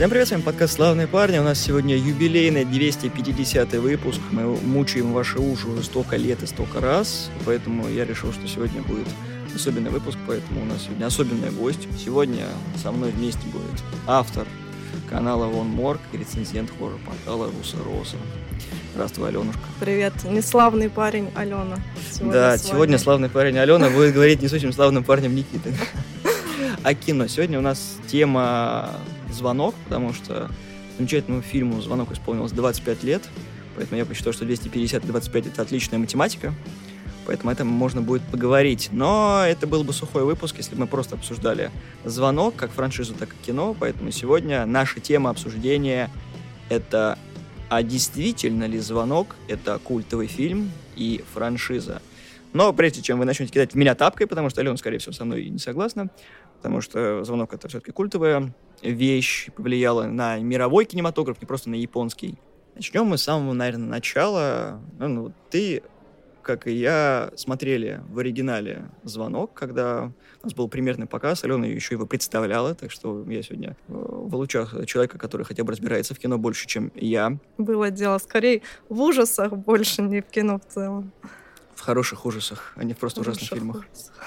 Всем привет, с вами подкаст «Славные парни». У нас сегодня юбилейный 250-й выпуск. Мы мучаем ваши уши уже столько лет и столько раз, поэтому я решил, что сегодня будет особенный выпуск, поэтому у нас сегодня особенный гость. Сегодня со мной вместе будет автор канала Вон Морг и рецензент хоррор-портала Руса Роса. Здравствуй, Аленушка. Привет, неславный парень Алена. Сегодня славный парень Алена будет говорить не с очень славным парнем Никитой. А кино. Сегодня у нас тема «Звонок», потому что замечательному фильму «Звонок» исполнилось 25 лет, поэтому я посчитал, что 250 и 25 — это отличная математика, поэтому это можно будет поговорить. Но это был бы сухой выпуск, если бы мы просто обсуждали «Звонок», как франшизу, так и кино, поэтому сегодня наша тема обсуждения — это а действительно ли «Звонок» — это культовый фильм и франшиза. Но прежде чем вы начнете кидать в меня тапкой, потому что Алена, скорее всего, со мной не согласна, потому что «Звонок» — это все-таки культовая вещь, повлияла на мировой кинематограф, не просто на японский. Начнем мы с самого, наверное, начала. Ты, как и я, смотрели в оригинале «Звонок», когда у нас был премьерный показ, Алена еще его представляла, так что я сегодня в лучах человека, который хотя бы разбирается в кино больше, чем я. Было дело скорее в ужасах больше, не в кино в целом. В хороших ужасах, а не в просто ужасных фильмах.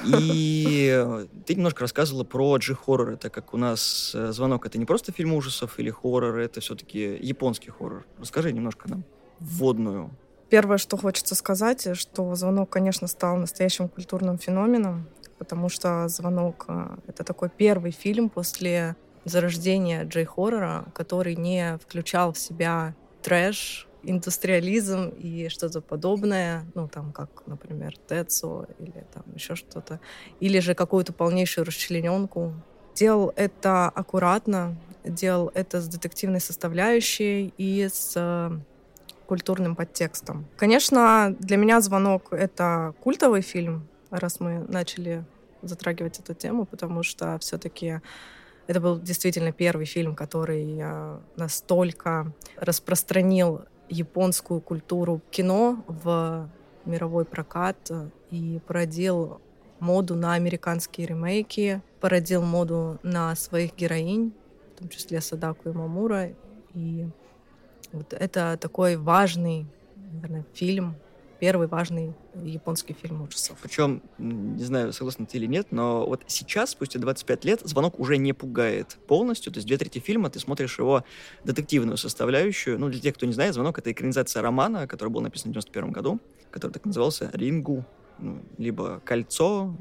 И ты немножко рассказывала про джи-хорроры, так как у нас «Звонок» — это не просто фильм ужасов или хоррор, это все-таки японский хоррор. Расскажи немножко нам вводную. Первое, что хочется сказать, что «Звонок», конечно, стал настоящим культурным феноменом, потому что «Звонок» — это такой первый фильм после зарождения джей-хоррора, который не включал в себя трэш, индустриализм и что-то подобное, как, например, Тецо или там еще что-то, или же какую-то полнейшую расчлененку. Делал это аккуратно, делал это с детективной составляющей и с культурным подтекстом. Конечно, для меня «Звонок» — это культовый фильм, раз мы начали затрагивать эту тему, потому что все-таки это был действительно первый фильм, который настолько распространил японскую культуру кино в мировой прокат и породил моду на американские ремейки, породил моду на своих героинь, в том числе Садаку Имамура. И вот это такой важный, наверное, фильм, первый важный японский фильм ужасов. Причем, не знаю, согласна ты или нет, но вот сейчас, спустя 25 лет, «Звонок» уже не пугает полностью. То есть 2/3 фильма ты смотришь его детективную составляющую. Для тех, кто не знает, «Звонок» — это экранизация романа, который был написан в 91 году, который так назывался «Рингу», либо «Кольцо»,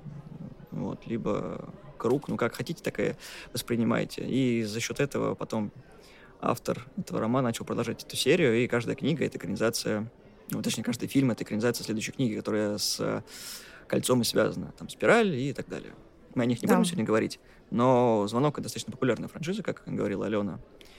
либо «Круг», как хотите, так и воспринимайте. И за счет этого потом автор этого романа начал продолжать эту серию, и каждая книга — это экранизация. Точнее, каждый фильм — это экранизация следующей книги, которая с «Кольцом» и связана. Там «Спираль» и так далее. Мы о них не будем сегодня говорить, но «Звонок» — это достаточно популярная франшиза, как говорила Алена.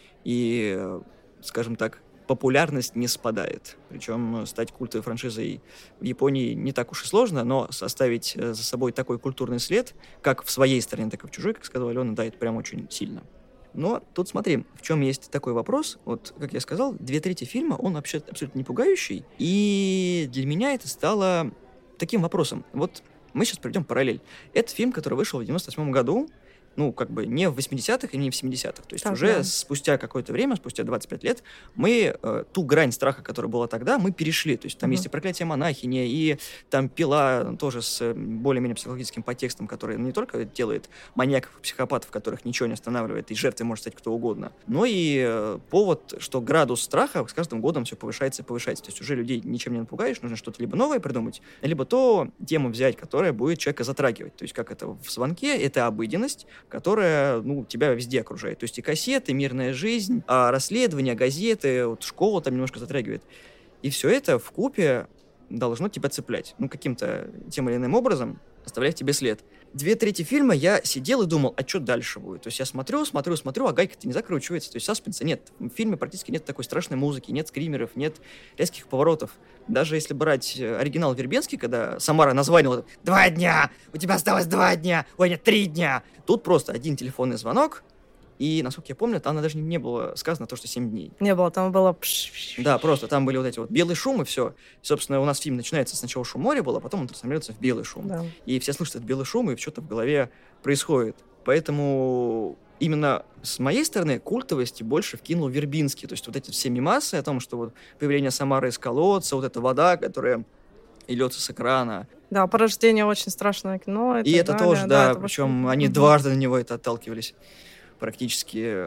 И, скажем так, популярность не спадает. Причем стать культовой франшизой в Японии не так уж и сложно, но оставить за собой такой культурный след, как в своей стране, так и в чужой, как сказала Алена, да, это прям очень сильно. Но тут смотри, в чем есть такой вопрос. Вот, как я сказал, 2/3 фильма, он вообще абсолютно не пугающий. И для меня это стало таким вопросом. Вот мы сейчас проведем параллель. Это фильм, который вышел в 98 году, не в 80-х и не в 70-х. То есть спустя какое-то время, спустя 25 лет, мы ту грань страха, которая была тогда, мы перешли. То есть там есть и «Проклятие монахини», и там «Пила» тоже с более-менее психологическим подтекстом, который не только делает маньяков и психопатов, которых ничего не останавливает, и жертвой может стать кто угодно, но и повод, что градус страха с каждым годом все повышается и повышается. То есть уже людей ничем не напугаешь, нужно что-то либо новое придумать, либо то тему взять, которая будет человека затрагивать. То есть как это в «Звонке», это обыденность, которая, тебя везде окружает. То есть и кассеты, мирная жизнь, расследования, газеты, школа там немножко затрагивает. И все это вкупе должно тебя цеплять. Каким-то тем или иным образом оставлять тебе след. 2/3 фильма я сидел и думал, а что дальше будет? То есть я смотрю, а гайка-то не закручивается. То есть саспенса нет. В фильме практически нет такой страшной музыки, нет скримеров, нет резких поворотов. Даже если брать оригинал Вербенский, когда Самара названивала 2 дня, у тебя осталось 2 дня, ой, нет, 3 дня. Тут просто один телефонный звонок, и, насколько я помню, там даже не было сказано то, что 7 дней. Не было, там было... Да, просто там были вот эти вот белый шум и все. Собственно, у нас фильм начинается сначала шум моря было, а потом он трансформируется в белый шум. Да. И все слышат этот белый шум, и что-то в голове происходит. Поэтому именно с моей стороны культовости больше вкинул Вербинский. То есть вот эти все мемасы о том, что вот появление Самары из колодца, вот эта вода, которая и льется с экрана. Да, «Порождение» очень страшное кино. И это далее. тоже, да, это причем они дважды на него это отталкивались практически.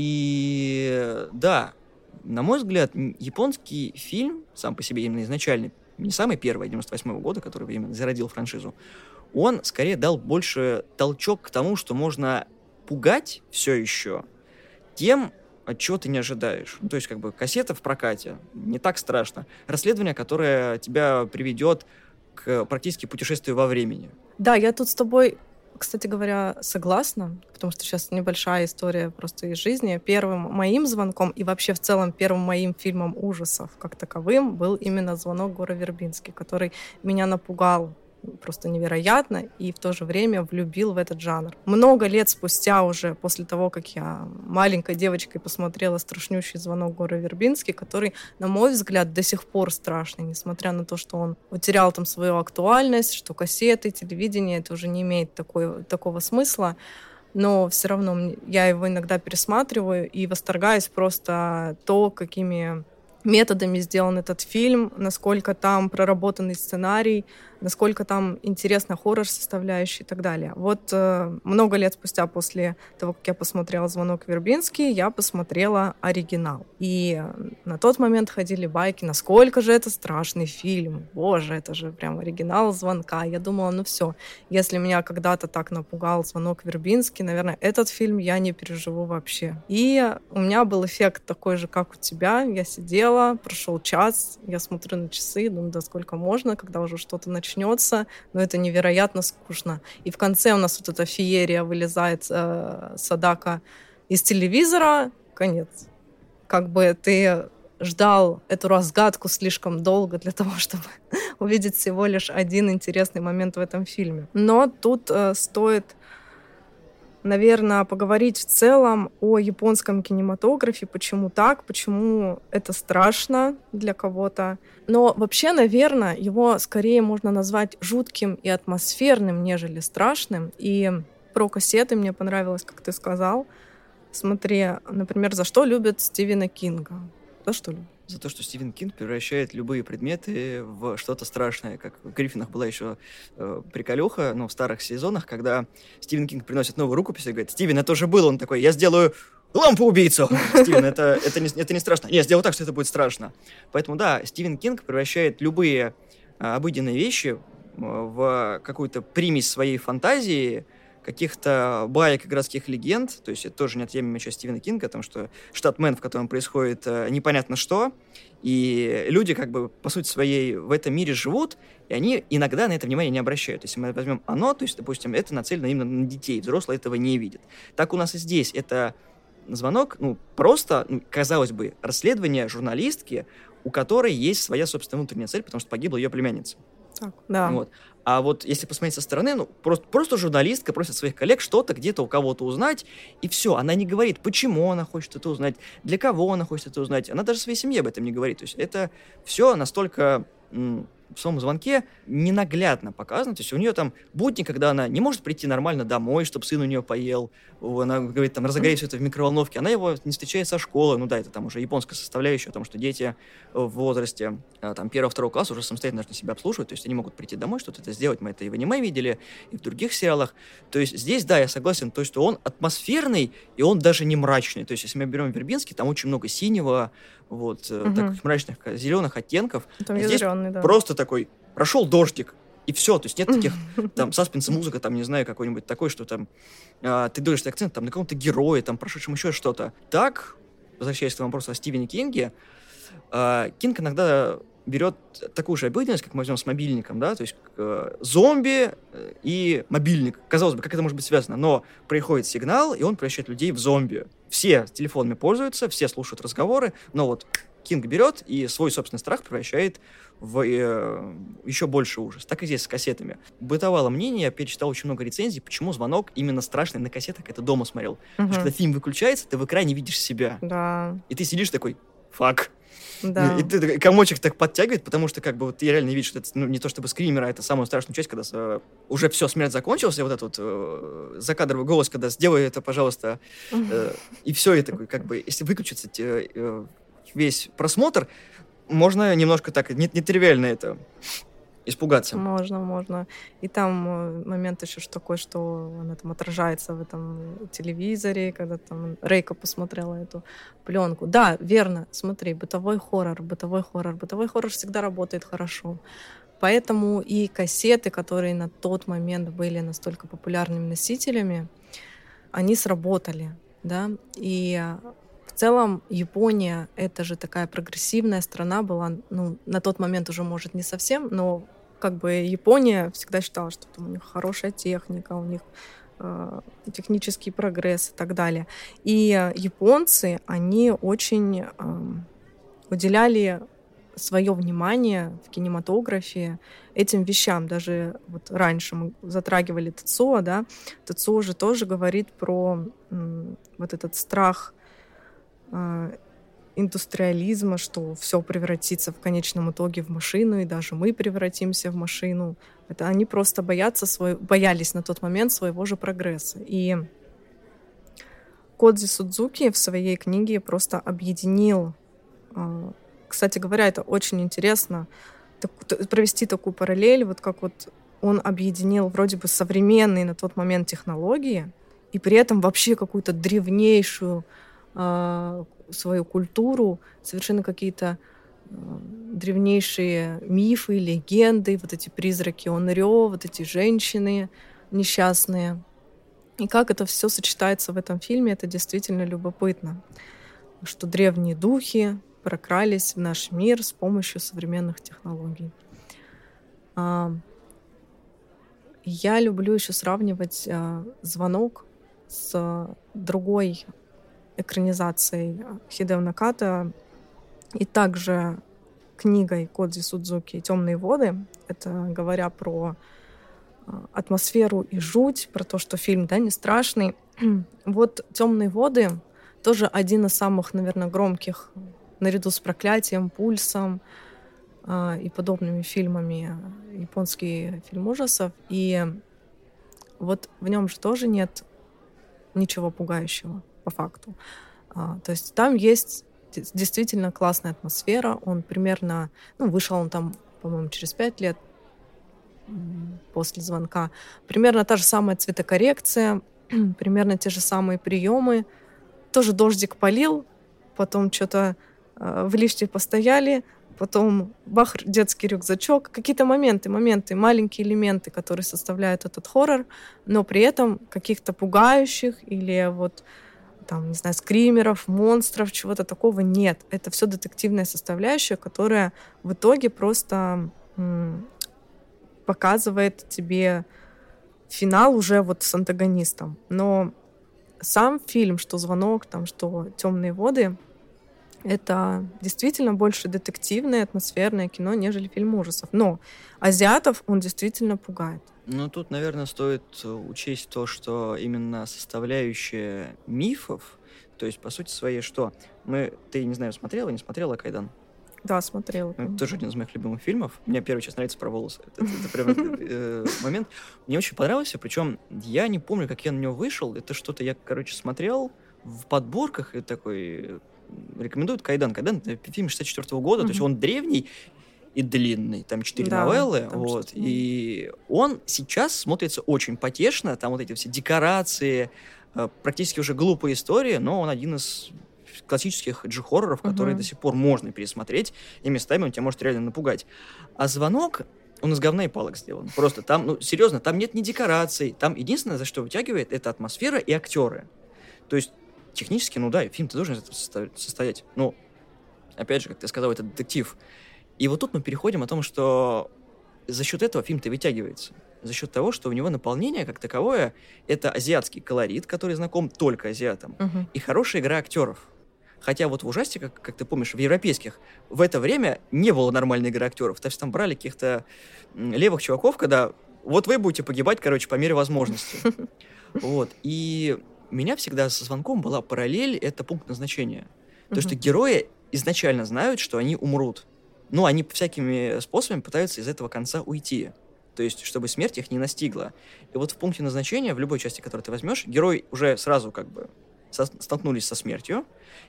И да, на мой взгляд, японский фильм, сам по себе именно изначальный, не самый первый, 98-го года, который именно зародил франшизу, он скорее дал больше толчок к тому, что можно пугать все еще тем, от чего ты не ожидаешь. То есть, как бы, кассета в прокате, не так страшно. Расследование, которое тебя приведет к практически путешествию во времени. Да, я тут с тобой, кстати говоря, согласна, потому что сейчас небольшая история просто из жизни. Первым моим звонком и вообще в целом первым моим фильмом ужасов как таковым был именно «Звонок Гора Вербински», который меня напугал просто невероятно и в то же время влюбил в этот жанр. Много лет спустя уже, после того, как я маленькой девочкой посмотрела страшнющий «Звонок Гора Вербински», который, на мой взгляд, до сих пор страшный, несмотря на то, что он утерял там свою актуальность, что кассеты, телевидение, это уже не имеет такого смысла. Но все равно я его иногда пересматриваю и восторгаюсь просто то, какими методами сделан этот фильм, насколько там проработанный сценарий, насколько там интересна хоррор-составляющая и так далее. Вот много лет спустя после того, как я посмотрела «Звонок Вербински», я посмотрела оригинал. И на тот момент ходили байки, насколько же это страшный фильм. Боже, это же прям оригинал «Звонка». Я думала, ну все, если меня когда-то так напугал «Звонок Вербински», наверное, этот фильм я не переживу вообще. И у меня был эффект такой же, как у тебя. Я сидела, прошел час, я смотрю на часы, думаю, да сколько можно, когда уже что-то начнется, но это невероятно скучно. И в конце у нас вот эта феерия, вылезает Садака из телевизора, конец. Как бы ты ждал эту разгадку слишком долго для того, чтобы увидеть всего лишь один интересный момент в этом фильме. Но тут стоит, наверное, поговорить в целом о японском кинематографе, почему так, почему это страшно для кого-то. Но вообще, наверное, его скорее можно назвать жутким и атмосферным, нежели страшным. И про кассеты мне понравилось, как ты сказал. Смотри, например, за что любят Стивена Кинга? За что любят? За то, что Стивен Кинг превращает любые предметы в что-то страшное. Как в «Гриффинах» была еще приколюха, в старых сезонах, когда Стивен Кинг приносит новую рукопись и говорит: «Стивен, это уже было». Он такой: «Я сделаю лампу-убийцу». Стивен, это не страшно. Я сделаю так, что это будет страшно. Поэтому да, Стивен Кинг превращает любые обыденные вещи в какую-то примесь своей фантазии, каких-то баек и городских легенд, то есть это тоже неотъемлемая часть Стивена Кинга, потому что штат Мэн, в котором происходит непонятно что, и люди как бы по сути своей в этом мире живут, и они иногда на это внимание не обращают. Если мы возьмем «Оно», то есть, допустим, это нацелено именно на детей, взрослые этого не видят. Так у нас и здесь это звонок, просто, казалось бы, расследование журналистки, у которой есть своя собственная внутренняя цель, потому что погибла ее племянница. Так, да. Вот. А вот если посмотреть со стороны, просто журналистка просит своих коллег что-то где-то у кого-то узнать, и все. Она не говорит, почему она хочет это узнать, для кого она хочет это узнать. Она даже своей семье об этом не говорит. То есть это все настолько в своем звонке ненаглядно показано. То есть у нее там будни, когда она не может прийти нормально домой, чтобы сын у нее поел. Она говорит, там, разогрей все это в микроволновке. Она его не встречает со школы. Да, это там уже японская составляющая, о том, что дети в возрасте там 1-2 класса уже самостоятельно должны себя обслуживать. То есть они могут прийти домой, что-то это сделать. Мы это и в аниме видели, и в других сериалах. То есть здесь, да, я согласен, то, что он атмосферный, и он даже не мрачный. То есть если мы берем Вербинский, там очень много синего, таких мрачных зеленых оттенков. Там здесь зеленый, да. просто такой прошел дождик, и все. То есть нет таких там саспенса, музыка, там, не знаю, какой-нибудь такой, что там ты делаешь акцент там, на каком-то герое, там, прошедшем еще что-то. Так, возвращаясь к вопросу о Стивене Кинге, Кинг иногда берет такую же обыденность, как мы возьмем с мобильником, да, то есть зомби и мобильник. Казалось бы, как это может быть связано? Но приходит сигнал, и он превращает людей в зомби. Все телефонами пользуются, все слушают разговоры, но вот Кинг берет и свой собственный страх превращает в еще больше ужас. Так и здесь с кассетами. Бытовало мнение, я перечитал очень много рецензий, почему «Звонок» именно страшный на кассетах, это дома смотрел. Потому что когда фильм выключается, ты в экране видишь себя. Да. И ты сидишь такой: фак. Да. И ты комочек так подтягивает, потому что как бы вот ты реально видишь, что это не то чтобы скример, а это самую страшную часть, когда уже все, смерть закончилась, и вот этот закадровый голос, когда сделай это, пожалуйста, и все, и такой, как бы, если выключится весь просмотр, можно немножко так, нетривиально это испугаться. Можно. И там момент еще такой, что она там отражается в этом телевизоре, когда там Рейка посмотрела эту пленку. Да, верно, смотри, бытовой хоррор всегда работает хорошо. Поэтому и кассеты, которые на тот момент были настолько популярными носителями, они сработали, да, и в целом Япония — это же такая прогрессивная страна была, ну, на тот момент уже, может, не совсем, но как бы Япония всегда считала, что там у них хорошая техника, у них технический прогресс и так далее. И японцы, они очень уделяли свое внимание в кинематографе этим вещам. Даже вот раньше мы затрагивали Тецуо, да, Тецуо же тоже говорит про вот этот страх индустриализма, что все превратится в конечном итоге в машину, и даже мы превратимся в машину. Это они просто боялись на тот момент своего же прогресса. И Кодзи Судзуки в своей книге просто объединил. Кстати говоря, это очень интересно провести такую параллель, вот как вот он объединил вроде бы современные на тот момент технологии и при этом вообще какую-то древнейшую свою культуру, совершенно какие-то древнейшие мифы, легенды, вот эти призраки Онрё, вот эти женщины несчастные. И как это все сочетается в этом фильме, это действительно любопытно, что древние духи прокрались в наш мир с помощью современных технологий. Я люблю еще сравнивать «Звонок» с другой экранизацией Хидео Наката и также книгой Кодзи Судзуки «Темные воды». Это говоря про атмосферу и жуть, про то, что фильм, да, не страшный. Вот «Темные воды» тоже один из самых, наверное, громких, наряду с «Проклятием», «Пульсом» и подобными фильмами, японский фильм ужасов. И вот в нем же тоже нет ничего пугающего по факту. То есть там есть действительно классная атмосфера. Он примерно, вышел он там, по-моему, через 5 лет после «Звонка». Примерно та же самая цветокоррекция, примерно те же самые приемы. Тоже дождик полил, потом что-то в лифте постояли, потом бах, детский рюкзачок. Какие-то моменты, маленькие элементы, которые составляют этот хоррор, но при этом каких-то пугающих или вот там, не знаю, скримеров, монстров, чего-то такого нет. Это все детективная составляющая, которая в итоге просто показывает тебе финал уже вот с антагонистом. Но сам фильм, что «Звонок», там, что «Темные воды», это действительно больше детективное, атмосферное кино, нежели фильм ужасов. Но азиатов он действительно пугает. Ну, тут, наверное, стоит учесть то, что именно составляющая мифов, то есть, по сути своей, что ты, не знаю, смотрела, не смотрела «Кайдан»? Да, смотрела. Это тоже один из моих любимых фильмов. Мне первый сейчас нравится про волосы. Это прям момент. Мне очень понравился, причем я не помню, как я на него вышел. Это что-то я, смотрел в подборках и такой... Рекомендуют «Кайдан». «Кайдан» — это фильм 64-го года, то есть он древний и длинный, там 4 новеллы, вот, и он сейчас смотрится очень потешно, там вот эти все декорации, практически уже глупые истории, но он один из классических джи-хорроров, которые до сих пор можно пересмотреть, и местами он тебя может реально напугать. А «Звонок», он из говна и палок сделан. Просто там, серьезно, там нет ни декораций, там единственное, за что вытягивает, это атмосфера и актеры. То есть технически, фильм-то должен из этого состоять. Но, опять же, как ты сказал, это детектив. И вот тут мы переходим о том, что за счет этого фильм-то вытягивается. За счет того, что у него наполнение, как таковое, это азиатский колорит, который знаком только азиатам, и хорошая игра актеров. Хотя вот в ужастиках, как ты помнишь, в европейских, в это время не было нормальной игры актеров. То есть там брали каких-то левых чуваков, когда вот вы будете погибать, по мере возможности. Вот. И у меня всегда со «Звонком» была параллель, это пункт назначения. То, что герои изначально знают, что они умрут. Но они всякими способами пытаются из этого конца уйти. То есть, чтобы смерть их не настигла. И вот в пункте назначения, в любой части, которую ты возьмешь, герой уже сразу как бы столкнулись со смертью,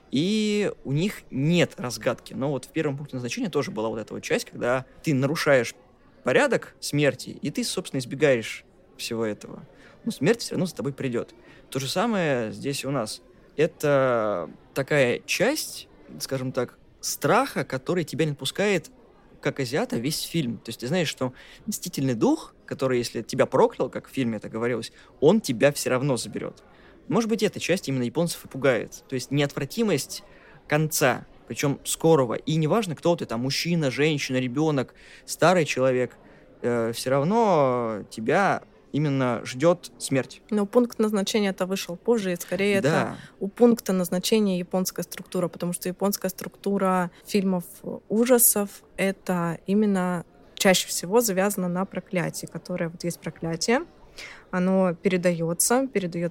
и у них нет разгадки. Но вот в первом пункте назначения тоже была вот эта вот часть, когда ты нарушаешь порядок смерти, и ты, собственно, избегаешь всего этого. Но смерть все равно за тобой придет. То же самое здесь у нас. Это такая часть, скажем так, страха, который тебя не отпускает как азиата весь фильм. То есть ты знаешь, что мстительный дух, который, если тебя проклял, как в фильме это говорилось, он тебя все равно заберет. Может быть, эта часть именно японцев и пугает. То есть неотвратимость конца, причем скорого. И неважно, кто ты, там, мужчина, женщина, ребенок, старый человек, все равно тебя именно ждет смерть. Но пункт назначения это вышел позже, и скорее Да. это у пункта назначения японская структура, потому что японская структура фильмов ужасов — это именно чаще всего завязано на проклятии, которое вот есть проклятие, оно передается,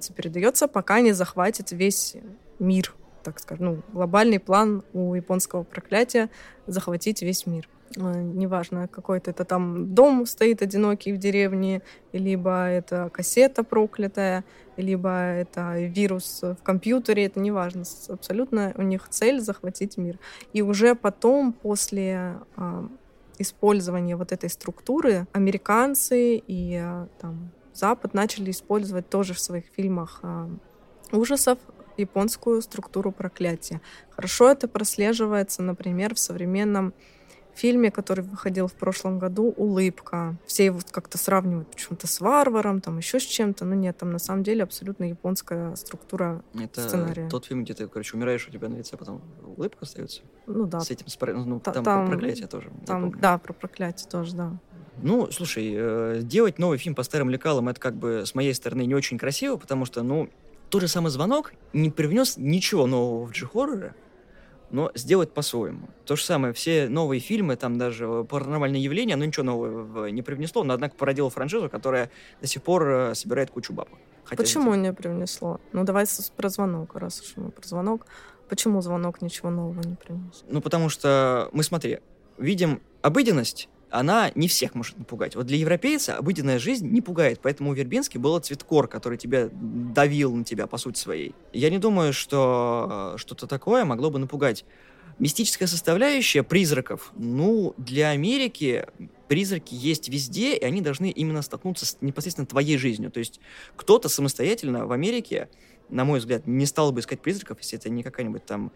пока не захватит весь мир, так скажем. Ну, глобальный план у японского проклятия — захватить весь мир. Неважно, какой-то это там дом стоит одинокий в деревне, либо это кассета проклятая, либо это вирус в компьютере, это неважно. Абсолютно у них цель — захватить мир. И уже потом, после использования вот этой структуры, американцы и там Запад начали использовать тоже в своих фильмах ужасов японскую структуру проклятия. Хорошо это прослеживается, например, в современном фильме, который выходил в прошлом году, «Улыбка». Все его как-то сравнивают почему-то с «Варваром», там еще с чем-то. Но нет, там на самом деле абсолютно японская структура сценария. Это тот фильм, где ты, короче, умираешь, у тебя на лице потом улыбка остается? Ну да. С этим, там про проклятие тоже. Там, да, про проклятие тоже, да. Ну, слушай, делать новый фильм по старым лекалам, это как бы с моей стороны не очень красиво, потому что, тот же самый «Звонок» не привнес ничего нового в джи-хорроры, но сделать по-своему. То же самое, все новые фильмы, там даже «Паранормальные явления», оно ничего нового не привнесло, но, однако, породило франшизу, которая до сих пор собирает кучу бабок. Почему не привнесло? Ну, давай про «Звонок», раз уж мы про «Звонок». Почему «Звонок» ничего нового не принес? Потому что мы, смотри, видим обыденность, она не всех может напугать. Вот для европейца обыденная жизнь не пугает, поэтому у Вербински был цветкор, который тебя давил на тебя по сути своей. Я не думаю, что что-то такое могло бы напугать. Мистическая составляющая призраков, для Америки призраки есть везде, и они должны именно столкнуться с непосредственно твоей жизнью. То есть кто-то самостоятельно в Америке, на мой взгляд, не стал бы искать призраков, если это не какая-нибудь там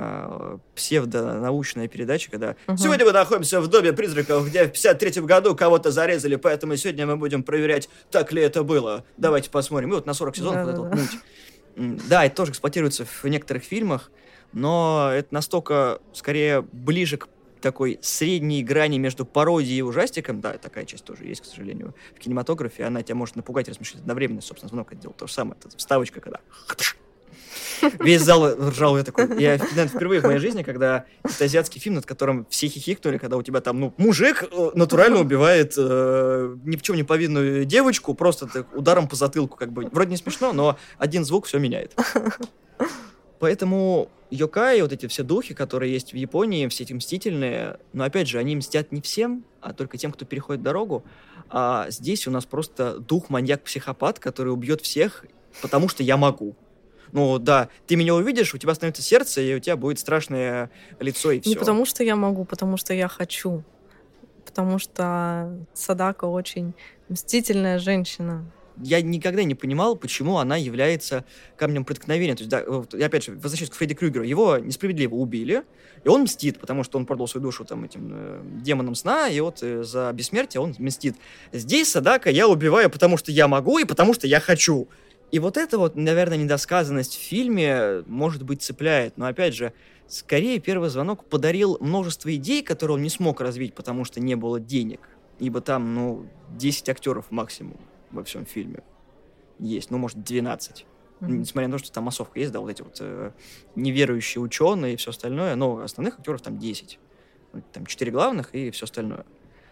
псевдонаучная передача, когда «Сегодня мы находимся в доме призраков, где в 53-м году кого-то зарезали, поэтому сегодня мы будем проверять, так ли это было. Давайте посмотрим». И вот на 40 сезонов вот эта муть. Да, это тоже эксплуатируется в некоторых фильмах, но это настолько, скорее, ближе к такой средней грани между пародией и ужастиком. Да, такая часть тоже есть, к сожалению, в кинематографе. Она тебя может напугать и рассмешить одновременно. Собственно, «Звонок» делал то же самое. Это вставочка, когда... Весь зал ржал. Я такой... Я, наверное, впервые в моей жизни, когда это азиатский фильм, над которым все хихикнули, когда у тебя там, мужик натурально убивает ни в чем не повинную девочку, просто так, ударом по затылку, как бы. Вроде не смешно, но один звук все меняет. Поэтому йокаи, вот эти все духи, которые есть в Японии, все эти мстительные, но опять же, они мстят не всем, а только тем, кто переходит дорогу. А здесь у нас просто дух-маньяк-психопат, который убьет всех, потому что я могу. Да, ты меня увидишь, у тебя становится сердце, и у тебя будет страшное лицо, и все. Не потому что я могу, потому что я хочу. Потому что Садака очень мстительная женщина. Я никогда не понимал, почему она является камнем преткновения. То есть, да, я опять же, возвращаюсь к Фредди Крюгеру. Его несправедливо убили, и он мстит, потому что он продал свою душу этим демонам сна, и вот за бессмертие он мстит. Здесь Садака я убиваю, потому что я могу, и потому что я хочу. И вот эта вот, наверное, недосказанность в фильме, может быть, цепляет. Но, опять же, скорее «Первый звонок» подарил множество идей, которые он не смог развить, потому что не было денег. Ибо там, 10 актеров максимум во всем фильме есть, может, 12. Несмотря на то, что там массовка есть, да, вот эти вот неверующие ученые и все остальное, но основных актеров там 10. Там 4 главных и все остальное.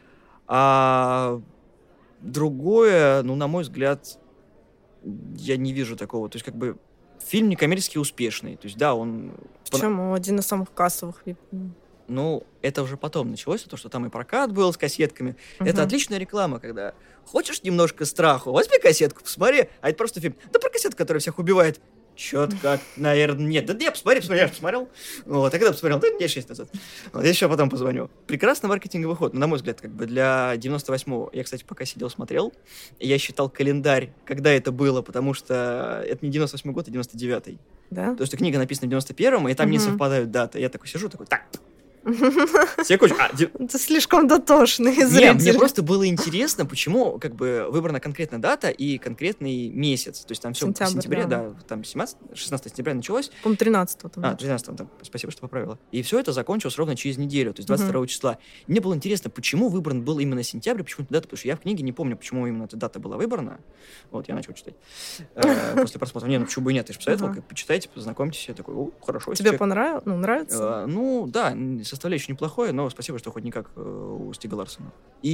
А другое, на мой взгляд, я не вижу такого. То есть, как бы, фильм некоммерчески успешный. То есть, да, он... Почему? Один из самых кассовых. Ну, это уже потом началось, то, что там и прокат был с кассетками. Это отличная реклама, когда хочешь немножко страху, возьми кассетку, посмотри, а это просто фильм. Да про кассетку, которая всех убивает. Чё-то как, наверное, нет. Да я посмотрел. Вот, а когда посмотрел? Да, дней 6 назад. Вот, я еще потом позвоню. Прекрасный маркетинговый ход, на мой взгляд, как бы для 98-го. Я, кстати, пока сидел, смотрел, и я считал календарь, когда это было, потому что это не 98-й год, а 99-й. Да? То есть книга написана в 91-м, и там не совпадают даты. Я такой сижу, такой, так, секундочку. Это слишком дотошный зритель. Нет, мне просто было интересно, почему как бы выбрана конкретная дата и конкретный месяц. То есть там все в сентябре, да, там 16 сентября началось. По-моему, 13-го. 13-го, там, спасибо, что поправила. И все это закончилось ровно через неделю, то есть 22 числа. И мне было интересно, почему выбран был именно сентябрь, почему эта дата, потому что я в книге не помню, почему именно эта дата была выбрана. Вот, я начал читать после просмотра. Не, ну почему бы и нет, ты же посоветовал, почитайте, познакомьтесь. Я такой, хорошо. Тебе понравилось? Ну, нравится? Ну, да, составляющее неплохое, но спасибо, что хоть не как у Стига Ларсона.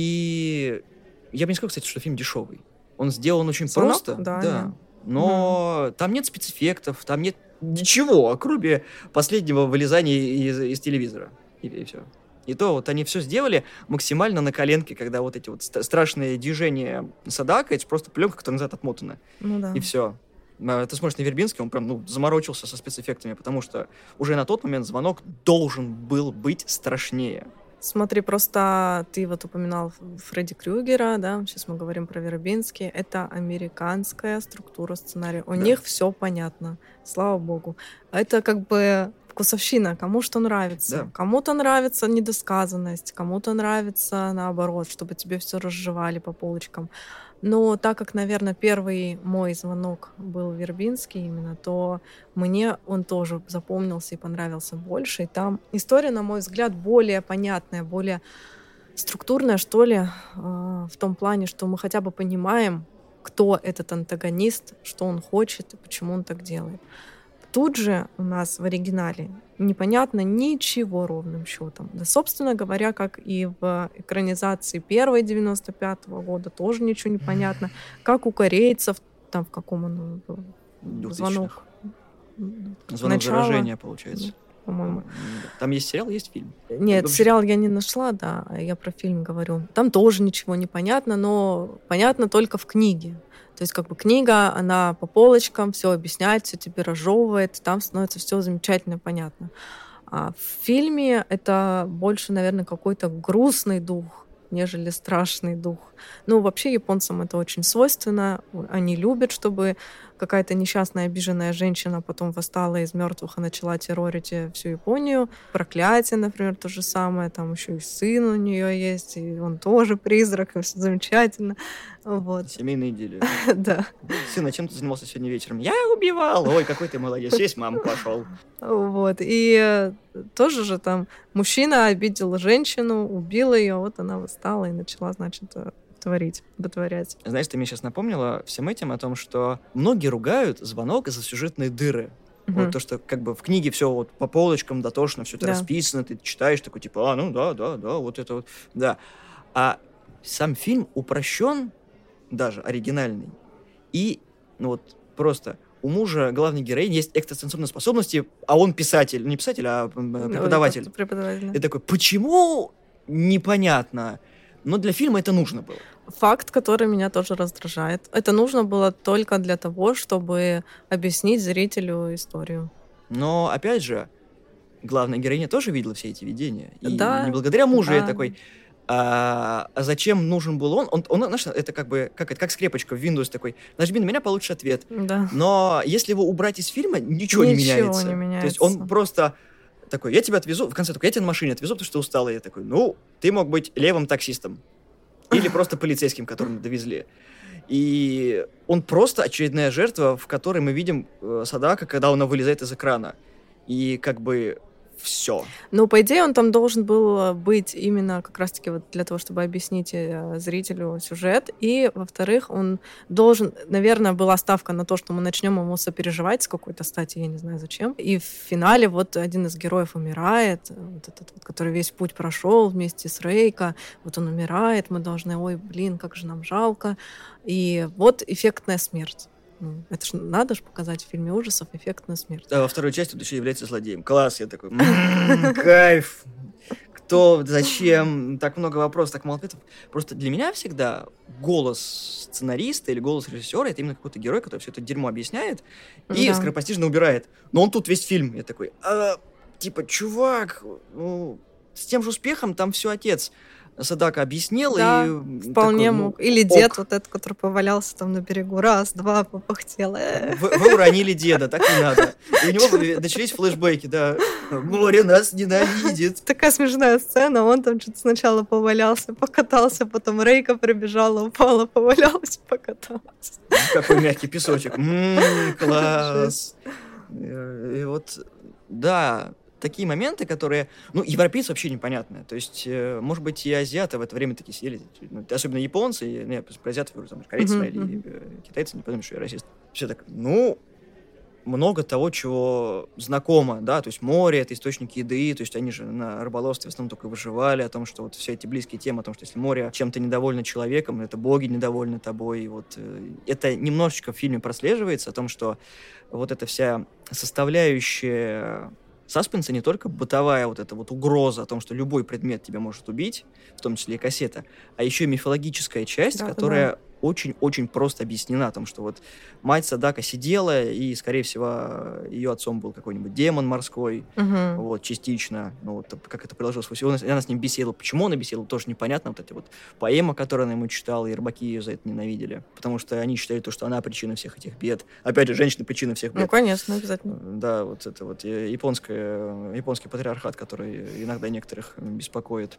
И я бы не сказал, кстати, что фильм дешевый. Он сделан очень просто, да. Но там нет спецэффектов, там нет ничего, кроме последнего вылезания из телевизора. И все. И то вот они все сделали максимально на коленке, когда вот эти вот страшные движения Садака, это просто пленка, которая назад отмотана. Ну да. И все. Ты смотришь на Вербинский, он прям, заморочился со спецэффектами, потому что уже на тот момент звонок должен был быть страшнее. Смотри, просто ты вот упоминал Фредди Крюгера, да, сейчас мы говорим про Вербинский. Это американская структура сценария. У них все понятно, слава богу. Это как бы вкусовщина, кому что нравится. Да. Кому-то нравится недосказанность, кому-то нравится наоборот, чтобы тебе все разжевали по полочкам. Но так как, наверное, первый мой звонок был Вербинский именно, то мне он тоже запомнился и понравился больше. И там история, на мой взгляд, более понятная, более структурная, что ли, в том плане, что мы хотя бы понимаем, кто этот антагонист, что он хочет и почему он так делает. Тут же у нас в оригинале непонятно ничего ровным счетом. Да, собственно говоря, как и в экранизации первой 95-го года, тоже ничего не понятно. Как у корейцев, там в каком он был? Звонок. Звонок заражения, получается. По-моему. Там есть сериал, есть фильм? Нет, сериал я не нашла, да, я про фильм говорю. Там тоже ничего не понятно, но понятно только в книге. То есть как бы книга, она по полочкам все объясняет, все тебе разжевывает, там становится все замечательно понятно. А в фильме это больше, наверное, какой-то грустный дух, нежели страшный дух. Ну, вообще японцам это очень свойственно. Они любят, чтобы какая-то несчастная, обиженная женщина потом восстала из мертвых и начала террорить всю Японию. Проклятие, например, то же самое. Там еще и сын у нее есть, и он тоже призрак, и все замечательно. Вот. Семейная идиллия. Да. Сын, а чем ты занимался сегодня вечером? Я убивал. Ой, какой ты молодец. Есть, мама, пошел. Вот. И тоже же там мужчина обидел женщину, убил ее, вот она восстала и начала, значит, вытворять. Знаешь, ты мне сейчас напомнила всем этим о том, что многие ругают звонок из-за сюжетной дыры. Вот то, что как бы в книге все вот по полочкам дотошно, все это расписано, ты читаешь, такой типа, да, вот это вот, да. А сам фильм упрощен, даже оригинальный, и вот просто у мужа главной героини есть экстрасенсорные способности, а он писатель, не писатель, а преподаватель. Преподаватель. И такой, почему? Непонятно. Но для фильма это нужно было. Факт, который меня тоже раздражает. Это нужно было только для того, чтобы объяснить зрителю историю. Но, опять же, главная героиня тоже видела все эти видения. И да, не благодаря мужу я да. такой... А зачем нужен был он, знаешь, это как бы, как скрепочка в Windows такой, нажми на меня, получишь ответ. Да. Но если его убрать из фильма, ничего не меняется. То есть он просто такой, я тебя отвезу, в конце такой, я тебя на машине отвезу, потому что устал. И я такой, ты мог быть левым таксистом. Или просто полицейским, которым довезли. И он просто очередная жертва, в которой мы видим Садака, когда он вылезает из экрана. И как бы все. Ну, по идее, он там должен был быть именно как раз-таки вот для того, чтобы объяснить зрителю сюжет. И, во-вторых, он должен... Наверное, была ставка на то, что мы начнем ему сопереживать с какой-то стати, я не знаю зачем. И в финале вот один из героев умирает, вот этот вот, который весь путь прошел вместе с Рейко. Вот он умирает, мы должны, ой, блин, как же нам жалко. И вот эффектная смерть. Ну, это ж надо же показать в фильме ужасов эффектную смерть. А во второй части он еще является злодеем. Класс, я такой, кайф. Кто, зачем, так много вопросов, так мало ответов. Просто для меня всегда голос сценариста или голос режиссера — это именно какой-то герой, который все это дерьмо объясняет и скоропостижно убирает. Но он тут весь фильм. Я такой, типа, чувак, ну, с тем же успехом там все отец Садака объяснил, да, и вполне такой, мог. Или дед вот этот, который повалялся там на берегу. Раз, два, попыхтел. Вы уронили деда, так не надо. И у него начались флешбеки, да. Море нас ненавидит. Такая смешная сцена. Он там что-то сначала повалялся, покатался, потом Рейка прибежала, упала, повалялась, покаталась. Какой мягкий песочек. Класс. И вот, да, такие моменты, которые, ну, европейцы вообще непонятные. То есть, может быть, и азиаты в это время такие сидели, ну, особенно японцы, я про азиатов говорю, там, корейцы или китайцы, не подумаю, что я расист. Все так, ну, много того, чего знакомо, да, то есть море — это источник еды, то есть они же на рыболовстве в основном только выживали, о том, что вот все эти близкие темы, о том, что если море чем-то недовольно человеком, это боги недовольны тобой, и вот это немножечко в фильме прослеживается, о том, что вот эта вся составляющая саспенса не только бытовая вот эта вот угроза о том, что любой предмет тебя может убить, в том числе и кассета, а еще и мифологическая часть, которая очень-очень просто объяснена, о том, что вот мать Садака сидела, и, скорее всего, ее отцом был какой-нибудь демон морской, вот, частично, ну, вот, как это приложилось, она с ним беседовала. Почему она беседовала, тоже непонятно, вот эти вот поэма, которую она ему читала, и рыбаки ее за это ненавидели, потому что они считали то, что она причина всех этих бед. Опять же, женщина — причина всех бед. Ну, конечно, обязательно. Да, вот это вот японский патриархат, который иногда некоторых беспокоит.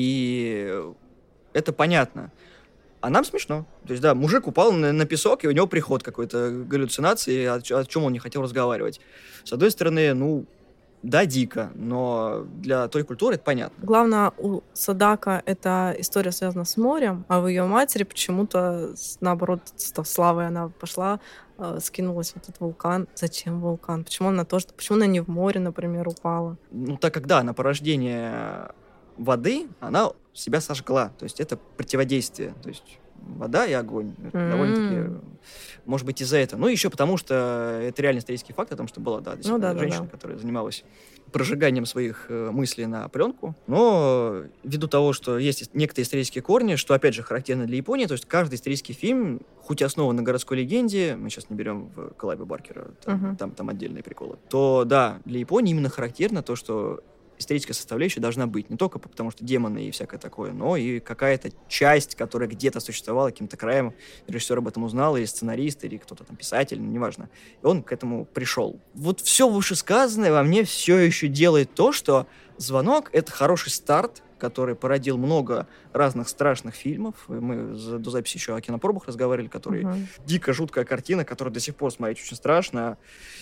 И это понятно. А нам смешно. То есть, да, мужик упал на песок, и у него приход какой-то, галлюцинации, о чем он не хотел разговаривать. С одной стороны, ну, да, дико, но для той культуры это понятно. Главное, у Садака эта история связана с морем, а у ее матери почему-то, наоборот, с славой она пошла, скинулась в этот вулкан. Зачем вулкан? Почему она не в море, например, упала? Ну, так как, да, на порождение воды она себя сожгла. То есть это противодействие. То есть вода и огонь. Это довольно-таки, может быть, из-за этого. Ну, еще потому, что это реально исторический факт о том, что была, женщина, которая занималась прожиганием своих мыслей на пленку. Но ввиду того, что есть некоторые исторические корни, что, опять же, характерно для Японии, то есть каждый исторический фильм, хоть и основан на городской легенде, мы сейчас не берем в Клайве Баркера, там отдельные приколы, то, да, для Японии именно характерно то, что историческая составляющая должна быть. Не только потому, что демоны и всякое такое, но и какая-то часть, которая где-то существовала, каким-то краем. Режиссер об этом узнал, или сценарист, или кто-то там писатель, неважно. И он к этому пришел. Вот все вышесказанное во мне все еще делает то, что «Звонок» — это хороший старт, который породил много разных страшных фильмов. Мы до записи еще о кинопробах разговаривали, которые дико жуткая картина, которую до сих пор смотреть очень страшно.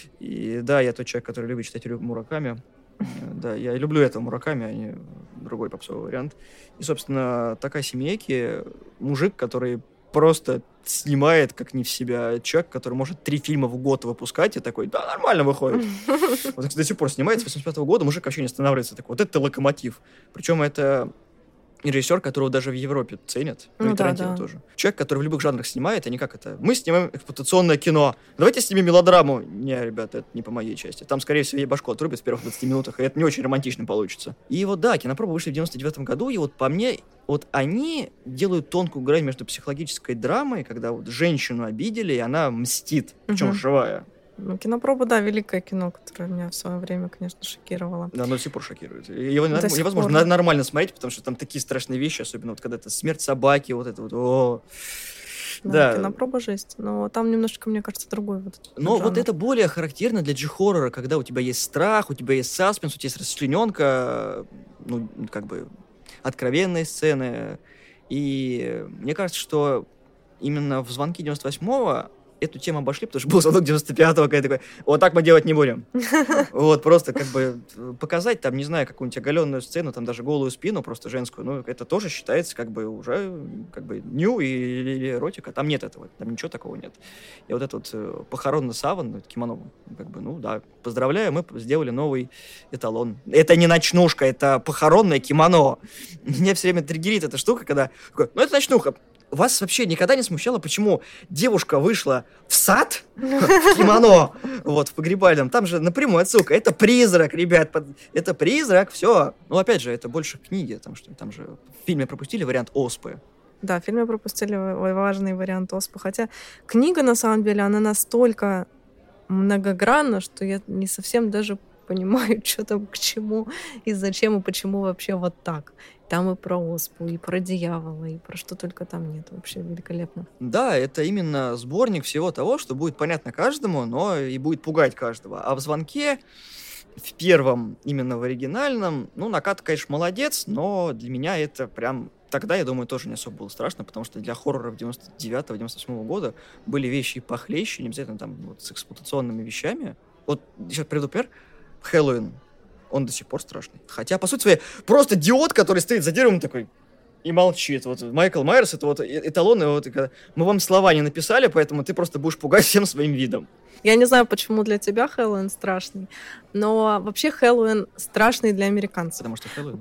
И да, я тот человек, который любит читать Мураками. Да, я люблю этого Мураками, а не другой попсовый вариант. И, собственно, Такаси Мияки — мужик, который просто снимает как не в себя. Человек, который может 3 фильма в год выпускать, и такой, да, нормально выходит. Вот до сих пор снимается, с 85-го года мужик вообще не останавливается. Такой, вот это локомотив. Причем это режиссер, которого даже в Европе ценят, ну и Тарантино тоже. Человек, который в любых жанрах снимает, а не как это. Мы снимаем эксплуатационное кино. Давайте снимем мелодраму. Не, ребята, это не по моей части. Там, скорее всего, ей башку отрубят в первых 20 минутах, и это не очень романтично получится. И вот, да, кинопробы вышли в 99-м году, и вот по мне, вот они делают тонкую грань между психологической драмой, когда вот женщину обидели, и она мстит, причем живая. Ну, кинопроба, да, великое кино, которое меня в свое время, конечно, шокировало. Да, оно до сих пор шокирует. Его невозможно нормально смотреть, потому что там такие страшные вещи, особенно вот когда это смерть собаки, вот это вот. Да, кинопроба жесть. Но там немножко, мне кажется, другой вот этот Но жанр. Вот это более характерно для джи-хоррора, когда у тебя есть страх, у тебя есть саспенс, у тебя есть расчлененка, ну, как бы откровенные сцены. И мне кажется, что именно в «Звонке» 98-го эту тему обошли, потому что был «Звонок» 95-го, какая такой, вот так мы делать не будем. Вот, просто как бы показать там, не знаю, какую-нибудь оголенную сцену, там даже голую спину, просто женскую, ну, это тоже считается как бы уже как бы ню или эротика. Там нет этого, там ничего такого нет. И вот этот вот похоронный саван, кимоно, как бы, ну, да, поздравляю, мы сделали новый эталон. Это не ночнушка, это похоронное кимоно. Меня все время триггерит эта штука, когда, ну, это ночнуха. вас вообще никогда не смущало, почему девушка вышла в сад в кимоно, вот, в погребальном? Там же напрямую отсылка. Это призрак, ребят, это призрак, все. Ну, опять же, это больше книги, там же в фильме пропустили вариант оспы. Да, в фильме пропустили важный вариант оспы. Хотя книга, на самом деле, она настолько многогранна, что я не совсем даже понимаю, что там к чему и зачем, и почему вообще вот так. Там и про оспу, и про дьявола, и про что только там нет. Вообще великолепно. Да, это именно сборник всего того, что будет понятно каждому, но и будет пугать каждого. А в «Звонке», в первом, именно в оригинальном, ну, Наката, конечно, молодец, но для меня это прям... Тогда, я думаю, тоже не особо было страшно, потому что для хорроров 99-98 года были вещи похлеще, не обязательно там вот с эксплуатационными вещами. Вот сейчас приведу пример. Хэллоуин. Он до сих пор страшный. Хотя, по сути своей, просто идиот, который стоит за деревом такой и молчит. Вот Майкл Майерс — это вот эталон, и вот мы вам слова не написали, поэтому ты просто будешь пугать всем своим видом. Я не знаю, почему для тебя Хэллоуин страшный, но вообще Хэллоуин страшный для американцев. Потому что Хэллоуин.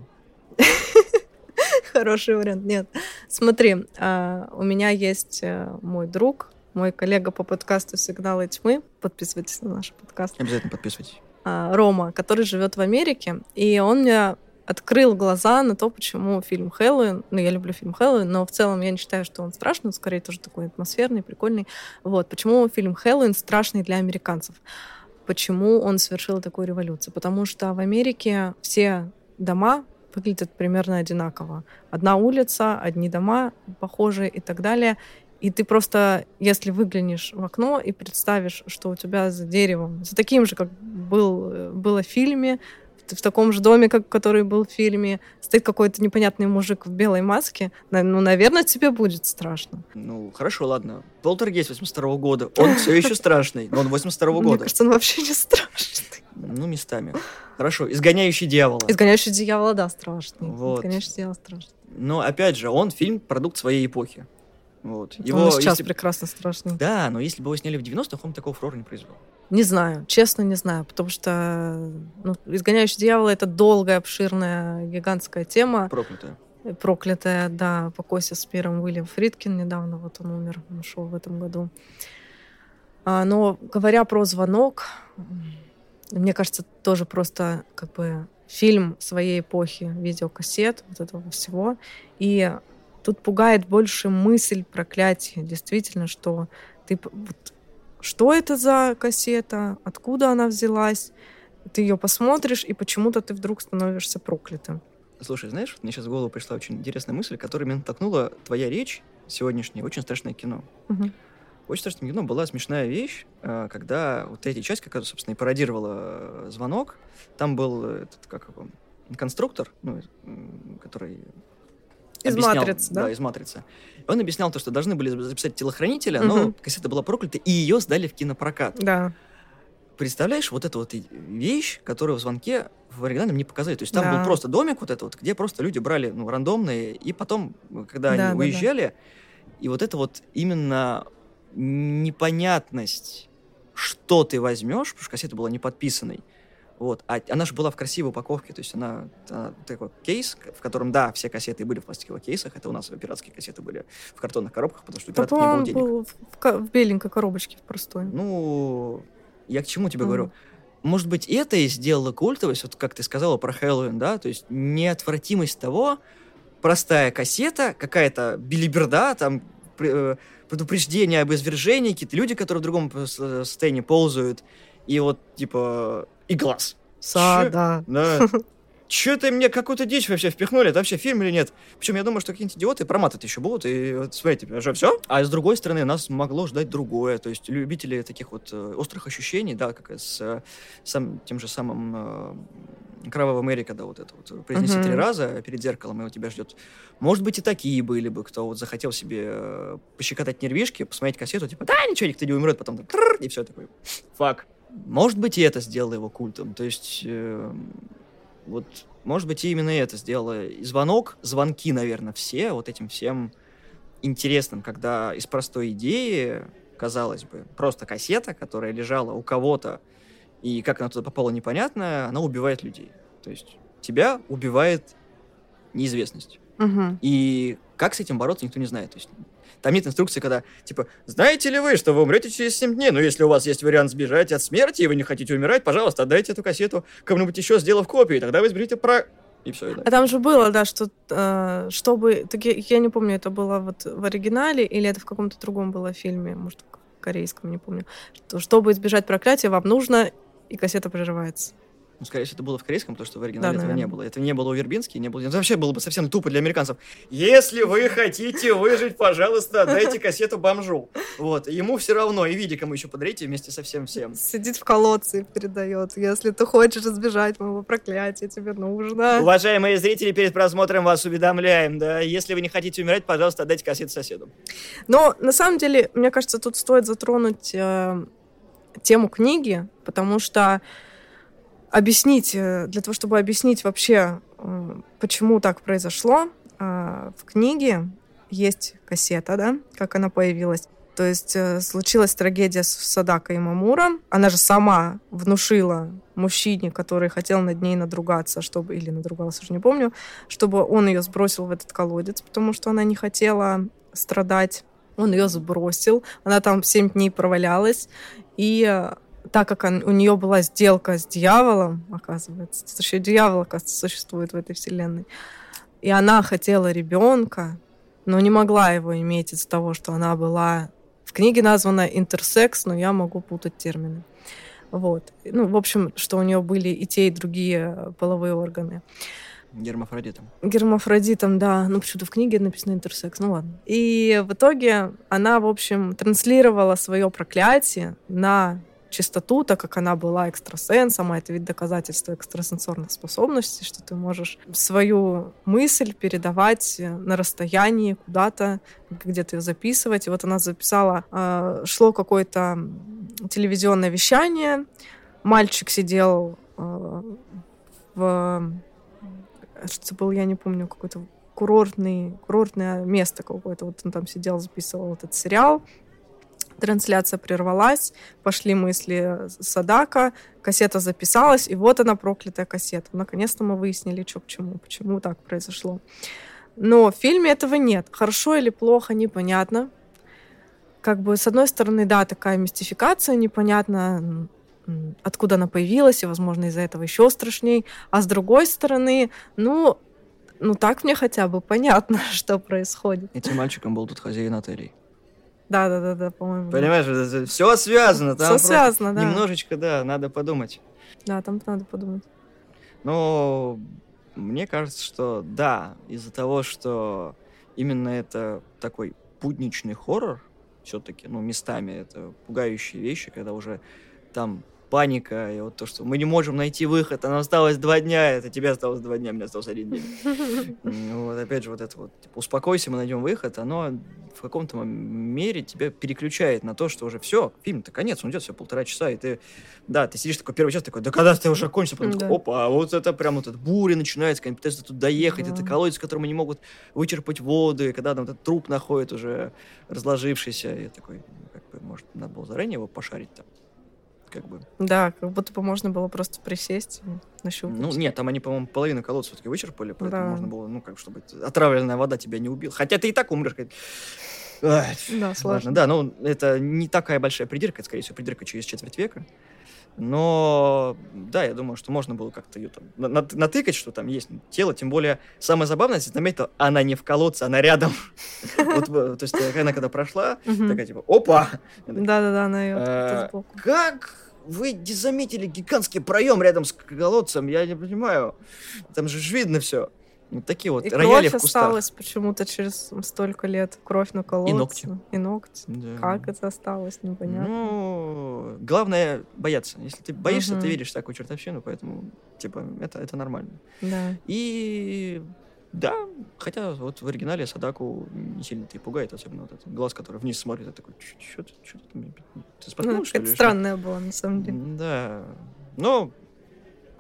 Хороший вариант. Нет. Смотри, у меня есть мой друг, мой коллега по подкасту «Сигналы тьмы». Подписывайтесь на наш подкаст. Обязательно подписывайтесь. Рома, который живет в Америке, и он мне открыл глаза на то, почему фильм «Хэллоуин», ну, я люблю фильм «Хэллоуин», но в целом я не считаю, что он страшный, он скорее тоже такой атмосферный, прикольный. Вот. Почему фильм «Хэллоуин» страшный для американцев? Почему он совершил такую революцию? Потому что в Америке все дома выглядят примерно одинаково. Одна улица, одни дома похожие и так далее. И ты просто, если выглянешь в окно и представишь, что у тебя за деревом, за таким же, как было в фильме, в таком же доме, который был в фильме, стоит какой-то непонятный мужик в белой маске, ну, наверное, тебе будет страшно. Ну, хорошо, ладно. «Полтергейст» 82 года. Он все еще страшный, но он 82 года. Мне кажется, он вообще не страшный. Ну, местами. Хорошо. «Изгоняющий дьявола». «Изгоняющий дьявола», да, страшный. Вот. «Изгоняющий дьявола» страшный. Но, опять же, он фильм, продукт своей эпохи. Вот. Он сейчас прекрасно страшный. Да, но если бы его сняли в 90-х, он такого фурора не произвел. Не знаю, честно не знаю, потому что «Изгоняющий дьявола» — это долгая, обширная, гигантская тема. Проклятая. Проклятая, да, покойся с миром Уильям Фридкин недавно, вот он умер, он ушел в этом году. Но говоря про «Звонок», мне кажется, тоже просто как бы фильм своей эпохи, видеокассет, вот этого всего. И тут пугает больше мысль проклятия, действительно, что ты... Что это за кассета? Откуда она взялась? Ты ее посмотришь, и почему-то ты вдруг становишься проклятым. Слушай, знаешь, мне сейчас в голову пришла очень интересная мысль, которая меня натолкнула твоя речь сегодняшняя «Очень страшное кино». Угу. «Очень страшное кино» была смешная вещь, когда вот третья часть, которая, собственно, и пародировала «Звонок», там был этот, как его, конструктор, ну, который... Из «Матрицы», да? Да, из «Матрицы». Он объяснял то, что должны были записать телохранителя, но кассета была проклята, и ее сдали в кинопрокат. Да. Представляешь, вот эту вот вещь, которую в «Звонке» в оригинальном не показали. То есть там был просто домик вот этот вот, где просто люди брали, ну, рандомные, и потом, когда они уезжали, и вот это вот именно непонятность, что ты возьмешь, потому что кассета была не подписанной. Вот. А она же была в красивой упаковке, то есть она такой кейс, в котором, да, все кассеты были в пластиковых кейсах, это у нас пиратские кассеты были в картонных коробках, потому что у пиратов не было денег. Был в беленькой коробочке, в простой. Ну, я к чему тебе говорю? Может быть, это и сделало культовость, вот как ты сказала про Хэллоуин, да, то есть неотвратимость того, простая кассета, какая-то билиберда, там, предупреждение об извержении, какие-то люди, которые в другом состоянии ползают, и вот, типа, и глаз. Да. Чё-то мне какую-то дичь вообще впихнули, это вообще фильм или нет? Причем я думаю, что какие-нибудь идиоты проматывать еще будут, и вот, смотрите, уже все. А с другой стороны, нас могло ждать другое, то есть любители таких вот острых ощущений, да, как с тем же самым Кровавым Эри, когда вот это вот произнеси 3 раза перед зеркалом, и у тебя ждет. Может быть, и такие были бы, кто вот захотел себе пощекотать нервишки, посмотреть кассету, типа, да, ничего, никто не умрет, потом так, и все такое. Фак. Может быть, и это сделало его культом. То есть, вот, может быть, и именно это сделало. И звонки, наверное, все вот этим всем интересным, когда из простой идеи, казалось бы, просто кассета, которая лежала у кого-то, и как она туда попала, непонятно, она убивает людей. То есть тебя убивает неизвестность. Угу. И как с этим бороться, никто не знает. То есть Там нет инструкции, когда, типа, знаете ли вы, что вы умрете через 7 дней? Но если у вас есть вариант сбежать от смерти, и вы не хотите умирать, пожалуйста, отдайте эту кассету кому-нибудь еще, сделав копию, и тогда вы изберите про... И все, да. А там же было, да, что чтобы... Так я не помню, это было вот в оригинале или это в каком-то другом было фильме, может, в корейском, не помню. Что, чтобы избежать проклятия, вам нужно... И кассета прерывается. Ну, скорее всего, это было в корейском, потому что в оригинале этого не было. Это не было у Вербински, не было... Это вообще было бы совсем тупо для американцев. Если вы хотите выжить, пожалуйста, отдайте кассету бомжу. Вот. Ему все равно, и Видикому еще подарите вместе со всем. Сидит в колодце и передает. Если ты хочешь избежать моего проклятия, тебе нужно... Уважаемые зрители, перед просмотром вас уведомляем, да, если вы не хотите умирать, пожалуйста, отдайте кассету соседу. Но, на самом деле, мне кажется, тут стоит затронуть тему книги, потому что для того, чтобы объяснить вообще, почему так произошло, в книге есть кассета, да, как она появилась. То есть случилась трагедия с Садако Имамура. Она же сама внушила мужчине, который хотел над ней надругаться, или надругался, уже не помню, чтобы он ее сбросил в этот колодец, потому что она не хотела страдать. Он ее сбросил. Она там 7 дней провалялась. И так как у нее была сделка с дьяволом, оказывается, еще дьявол, оказывается, существует в этой вселенной, и она хотела ребенка, но не могла его иметь из-за того, что она была... В книге названа интерсекс, но я могу путать термины. Вот. Ну, в общем, что у нее были и те, и другие половые органы. Гермафродитом, да. Ну, почему-то в книге написано интерсекс. Ну, ладно. И в итоге она, в общем, транслировала свое проклятие на чистоту, так как она была экстрасенсом, а это вид доказательства экстрасенсорных способностей, что ты можешь свою мысль передавать на расстоянии куда-то, где-то ее записывать. И вот она записала, шло какое-то телевизионное вещание, мальчик сидел что это был, я не помню, какое-то курортное место какое-то. Вот он там сидел, записывал этот сериал. Трансляция прервалась, пошли мысли Садако, кассета записалась, и вот она, проклятая кассета. Наконец-то мы выяснили, что к чему, почему так произошло. Но в фильме этого нет. Хорошо или плохо, непонятно. Как бы, с одной стороны, да, такая мистификация, непонятно, откуда она появилась, и, возможно, из-за этого еще страшней. А с другой стороны, ну так мне хотя бы понятно, что происходит. Этим мальчиком был тут хозяин отелей. Да, по-моему. Понимаешь, это все связано. Там все связано, да. Немножечко, да, надо подумать. Да, там надо подумать. Но мне кажется, что да, из-за того, что именно это такой будничный хоррор, все-таки, местами это пугающие вещи, когда уже там паника, и вот то, что мы не можем найти выход, а нам осталось 2 дня, это тебе осталось 2 дня, мне осталось 1 день. Вот опять же, вот это вот, типа, успокойся, мы найдем выход, оно в каком-то мере тебя переключает на то, что уже все, фильм-то конец, он идет всего 1,5 часа, и ты сидишь такой первый час, такой, да когда ты уже кончится, потом такой, опа, а вот это прям вот эта буря начинается, когда они пытаются тут доехать, это колодец, в котором они могут вычерпать воду, и когда там этот труп находит уже разложившийся, и такой, может, надо было заранее его пошарить там. Да, как будто бы можно было просто присесть и нащупать. Нет, там они, по-моему, половину колодца все-таки вычерпали, поэтому можно было, чтобы отравленная вода тебя не убила. Хотя ты и так умрешь. Да, сложно. Ладно, да, это не такая большая придирка, это, скорее всего, придирка через 1/4 века. Но, да, я думаю, что можно было как-то ее там натыкать, что там есть тело. Тем более, самое забавное, если заметить, она не в колодце, она рядом. То есть, она когда прошла, такая типа, опа! Да, она ее сбоку. Как вы не заметили гигантский проем рядом с колодцем? Я не понимаю. Там же видно все. Вот такие вот рояли в кустах. И кровь осталась почему-то через столько лет. Кровь на колодце. И ногти. Да. Как это осталось, непонятно. Главное бояться. Если ты боишься, ты веришь в такую чертовщину, поэтому, это нормально. Да. И да, хотя вот в оригинале Садаку не сильно-то и пугает, особенно вот этот глаз, который вниз смотрит, такой, что ты споткнулся, что ли? Это странное было, на самом деле. Да. Но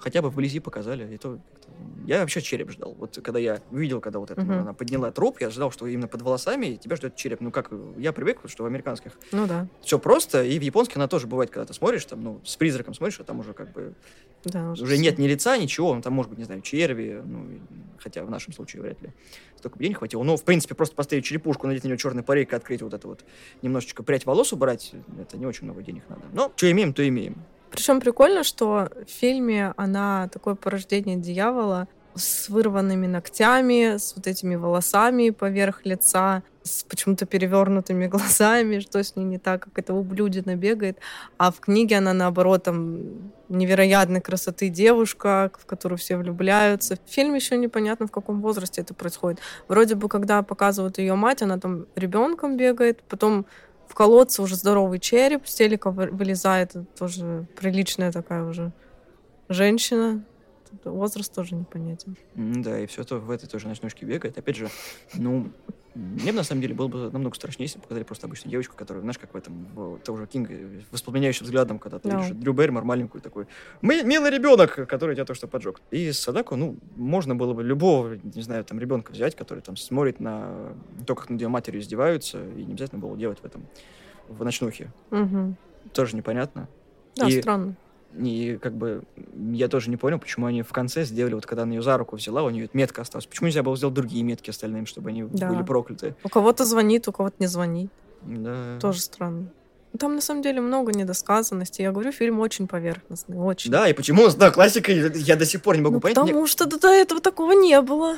хотя бы вблизи показали. И то я вообще череп ждал. Вот когда я увидел, когда вот это, она подняла труп, я ожидал, что именно под волосами тебя ждет череп. Ну, как я привык, что в американских все просто, и в японских она тоже бывает, когда ты смотришь, там, ну, с призраком смотришь, а там уже как бы уже нет ни лица, ничего, там, может быть, не знаю, черви, ну, хотя в нашем случае вряд ли столько бы денег хватило. Но, в принципе, просто поставить черепушку, надеть на нее черный парик, открыть вот это вот, немножечко прядь волос убрать, это не очень много денег надо. Но что имеем, то имеем. Причем прикольно, что в фильме она такое порождение дьявола с вырванными ногтями, с вот этими волосами поверх лица, с почему-то перевернутыми глазами, что с ней не так, как эта ублюдина бегает. А в книге она, наоборот, там невероятной красоты девушка, в которую все влюбляются. В фильме еще непонятно, в каком возрасте это происходит. Вроде бы, когда показывают ее мать, она там ребенком бегает, потом в колодце уже здоровый череп, с телека вылезает, это тоже приличная такая уже женщина. Возраст тоже непонятен. Да, и все это в этой тоже ночнушке бегает. Опять же, ну, мне бы на самом деле было бы намного страшнее, если бы показали просто обычную девочку, которая, знаешь, как в этом, того же Кинга, воспламеняющим взглядом, когда ты видишь Дрю Берримор маленькую такой, милый ребенок, который тебя только что поджег. И Садако, ну, можно было бы любого, не знаю, там, ребенка взять, который там смотрит на то, как над ее матерью издеваются, и не обязательно было делать в ночнухе. Тоже непонятно. Да, странно. И как бы я тоже не понял, почему они в конце сделали, вот когда она ее за руку взяла, у нее метка осталась. Почему нельзя было сделать другие метки остальным, чтобы они были прокляты? У кого-то звонит, у кого-то не звонит. Да. Тоже странно. Там на самом деле много недосказанностей. Я говорю, фильм очень поверхностный, очень. Да, и почему, да, классика, я до сих пор не могу понять. Потому что до этого такого не было.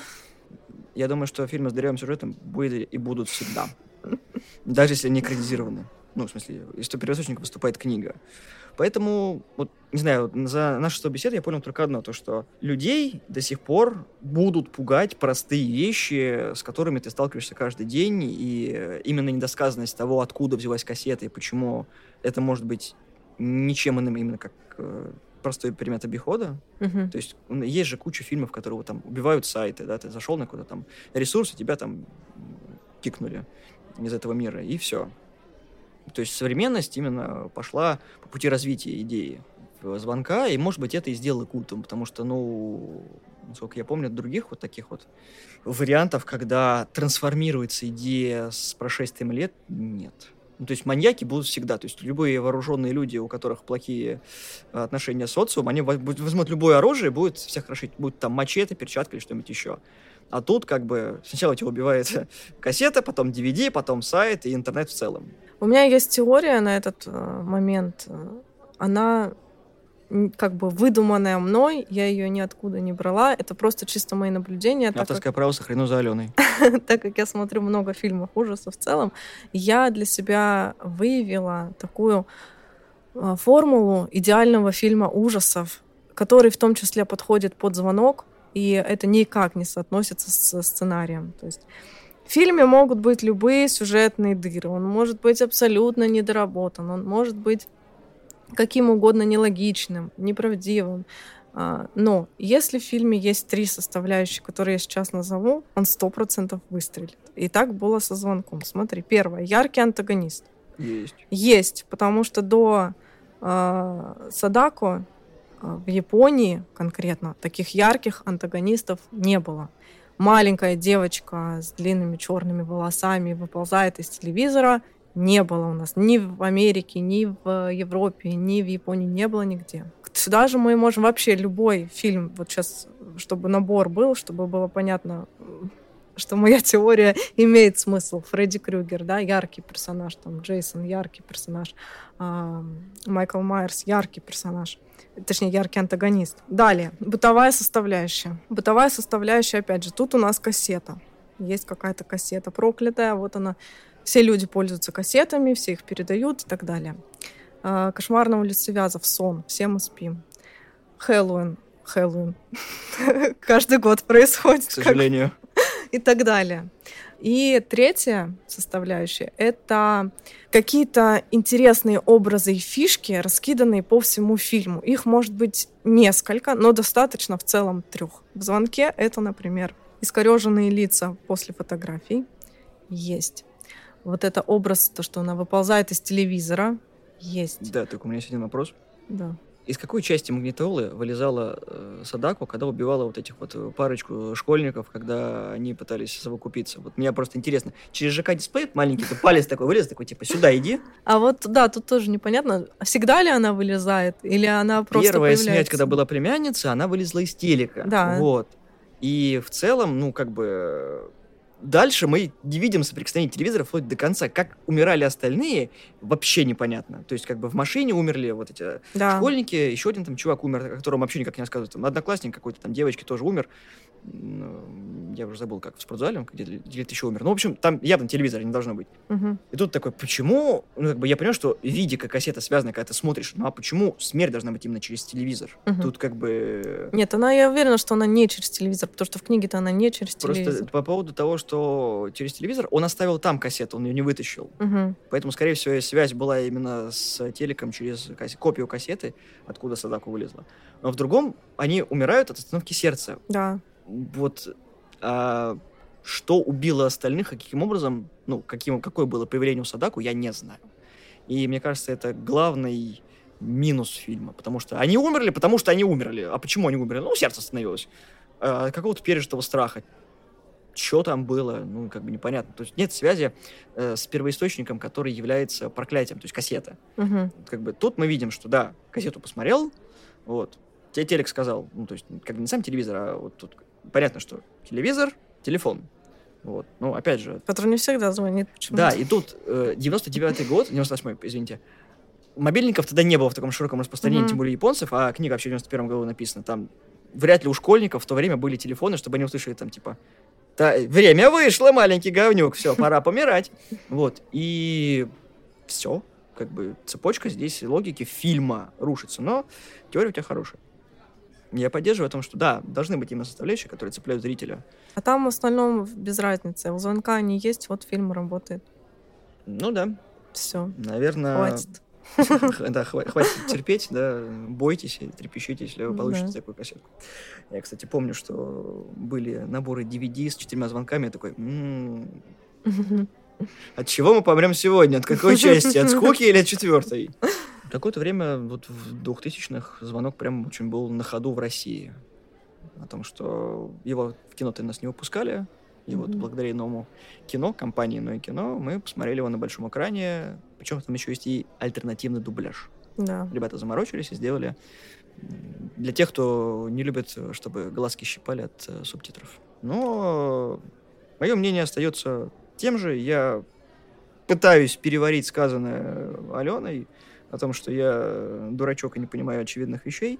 Я думаю, что фильмы с дырявым сюжетом будет и будут всегда. Даже если они экранизированы. Ну, в смысле, если первоисточником выступает книга. Поэтому, вот, не знаю, за наши 100 бесед я понял только одно, то, что людей до сих пор будут пугать простые вещи, с которыми ты сталкиваешься каждый день, и именно недосказанность того, откуда взялась кассета и почему это может быть ничем иным, именно как простой предмет обихода. То есть есть же куча фильмов, которые там убивают сайты, да, ты зашел на какой-то там ресурс, и тебя там кикнули из этого мира, и все. То есть современность именно пошла по пути развития идеи звонка, и, может быть, это и сделало культом, потому что, ну, насколько я помню, других вот таких вот вариантов, когда трансформируется идея с прошествием лет, нет. Ну, то есть маньяки будут всегда, то есть любые вооруженные люди, у которых плохие отношения с социумом, они возьмут любое оружие и будут всех крошить, будут там мачете, перчатка или что-нибудь еще. А тут как бы сначала тебя убивает кассета, потом DVD, потом сайт и интернет в целом. У меня есть теория на этот момент. Она как бы выдуманная мной, я ее ниоткуда не брала. Это просто чисто мои наблюдения. Авторское право сохранено за Аленой. Так как я смотрю много фильмов ужасов в целом, я для себя выявила такую формулу идеального фильма ужасов, который в том числе подходит под звонок, и это никак не соотносится со сценарием. То есть в фильме могут быть любые сюжетные дыры, он может быть абсолютно недоработан, он может быть каким угодно нелогичным, неправдивым. Но если в фильме есть 3 составляющие, которые я сейчас назову, он 100% выстрелит. И так было со звонком. Смотри, первое. Яркий антагонист. Есть, потому что до Садако в Японии конкретно таких ярких антагонистов не было. Маленькая девочка с длинными черными волосами выползает из телевизора. Не было у нас ни в Америке, ни в Европе, ни в Японии. Не было нигде. Сюда же мы можем вообще любой фильм, вот сейчас, чтобы набор был, чтобы было понятно, что моя теория имеет смысл. Фредди Крюгер, да, яркий персонаж, там, Джейсон, яркий персонаж, Майкл Майерс, яркий персонаж. Точнее, яркий антагонист. Далее, бытовая составляющая. Бытовая составляющая, опять же, тут у нас кассета. Есть какая-то кассета проклятая, вот она. Все люди пользуются кассетами, все их передают и так далее. Кошмар на улице Вязов, сон, все мы спим. Хэллоуин. Каждый год происходит. К сожалению. И так далее. И третья составляющая — это какие-то интересные образы и фишки, раскиданные по всему фильму. Их может быть несколько, но достаточно в целом 3. В звонке это, например, искореженные лица после фотографий. Есть. Вот это образ, то, что она выползает из телевизора. Есть. Да, только у меня есть один вопрос. Да. из какой части магнитолы вылезала Садако, когда убивала вот этих вот парочку школьников, когда они пытались совокупиться? Вот мне просто интересно. Через ЖК-дисплей маленький палец такой вылез, такой типа сюда иди. А вот, да, тут тоже непонятно, всегда ли она вылезает, или она просто Первая появляется? смерть, когда была племянница, она вылезла из телека. Да. Вот. И в целом, ну, как бы... Дальше мы не видим соприкосновения телевизора вплоть до конца. Как умирали остальные, вообще непонятно. То есть, как бы в машине умерли вот эти школьники, еще один там чувак умер, о котором вообще никак не рассказывают. Там одноклассник какой-то там девочки тоже умер. Я уже забыл, как в спортзале, где-то еще умер. Ну, в общем, там явно телевизора не должно быть. И тут такой, почему? Ну, как бы я понимаю, что видео, кассета связана, когда ты смотришь, ну, а почему смерть должна быть именно через телевизор? Тут как бы... Нет, я уверена, что она не через телевизор, потому что в книге-то она не через телевизор. Просто по поводу того, что через телевизор, он оставил там кассету, он ее не вытащил. Поэтому, скорее всего, связь была именно с телеком через копию кассеты, откуда Садако вылезла. Но в другом они умирают от остановки сердца. Да. Вот что убило остальных, каким образом, ну, какое было появление у Садако, я не знаю. И мне кажется, это главный минус фильма, потому что они умерли, потому что они умерли. А почему они умерли? Ну, сердце остановилось. Какого-то пережитого страха. Что там было? Ну, как бы непонятно. То есть нет связи с первоисточником, который является проклятием, то есть кассета. Как бы тут мы видим, что да, кассету посмотрел, вот, тебе телек сказал, ну, то есть как бы не сам телевизор, а вот тут понятно, что телевизор, телефон. Вот. Ну, опять же... Который не всегда звонит. Почему-то. Да, и тут 99-й год, 98-й, извините, мобильников тогда не было в таком широком распространении, тем более японцев, а книга вообще в 91-м году написана. Там вряд ли у школьников в то время были телефоны, чтобы они услышали там, типа, время вышло, маленький говнюк, все, пора помирать. Вот, и все. Как бы цепочка здесь логики фильма рушится, но теория у тебя хорошая. Я поддерживаю о том, что да, должны быть именно составляющие, которые цепляют зрителя. А там в остальном без разницы. У звонка они есть, вот фильм работает. Ну да. Все. Наверное... Хватит. Да, хватит терпеть, да, бойтесь и трепещите, если вы получите такую кассетку. Я, кстати, помню, что были наборы DVD с 4 звонками, я такой, от чего мы помрем сегодня? От какой части? От скуки или от 4-й? Какое-то время, вот в 2000-х, звонок прям очень был на ходу в России. О том, что его в кино-то нас не выпускали. И вот благодаря иному кино, компании «Иное кино», мы посмотрели его на большом экране. Причем там еще есть и альтернативный дубляж. Да. Ребята заморочились и сделали для тех, кто не любит, чтобы глазки щипали от субтитров. Но мое мнение остается тем же. Я пытаюсь переварить сказанное Аленой о том, что я дурачок и не понимаю очевидных вещей.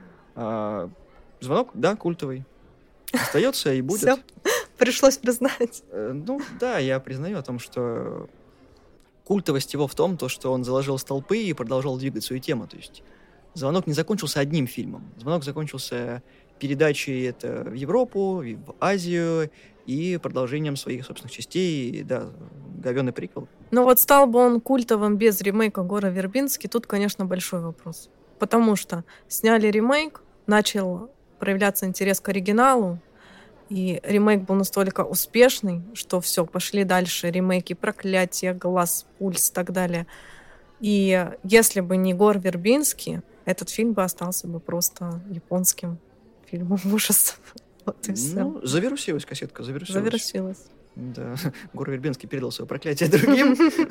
Звонок, да, культовый. Остается и будет. Всё. Пришлось признать. Ну, да, я признаю о том, что культовость его в том, что он заложил столпы и продолжал двигать свою тему. То есть «Звонок» не закончился одним фильмом. «Звонок» закончился передачей это в Европу, в Азию и продолжением своих собственных частей. Да, говёный приквел. Но вот стал бы он культовым без ремейка «Гора Вербински», тут, конечно, большой вопрос. Потому что сняли ремейк, начал проявляться интерес к оригиналу, и ремейк был настолько успешный, что все, пошли дальше ремейки «Проклятие», «Глаз», «Пульс» и так далее. И если бы не Гор Вербински, этот фильм бы остался бы просто японским фильмом ужасов. Вот и все. Ну, завирусилась кассетка, Завирусилась. Да, Гор Вербинский передал свое проклятие другим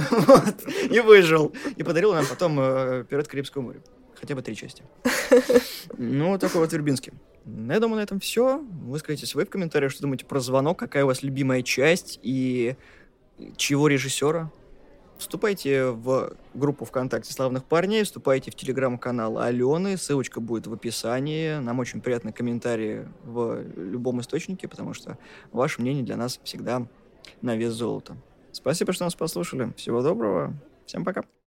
и выжил. И подарил нам потом «Пираты Карибского моря». Хотя бы 3 части. Ну, такой вот Вербинский. Я думаю, на этом все. Выскажитесь вы в комментариях, что думаете про «Звонок», какая у вас любимая часть и чьего режиссера. Вступайте в группу ВКонтакте «Славных парней», вступайте в телеграм-канал Алены, ссылочка будет в описании. Нам очень приятны комментарии в любом источнике, потому что ваше мнение для нас всегда на вес золота. Спасибо, что нас послушали. Всего доброго. Всем пока.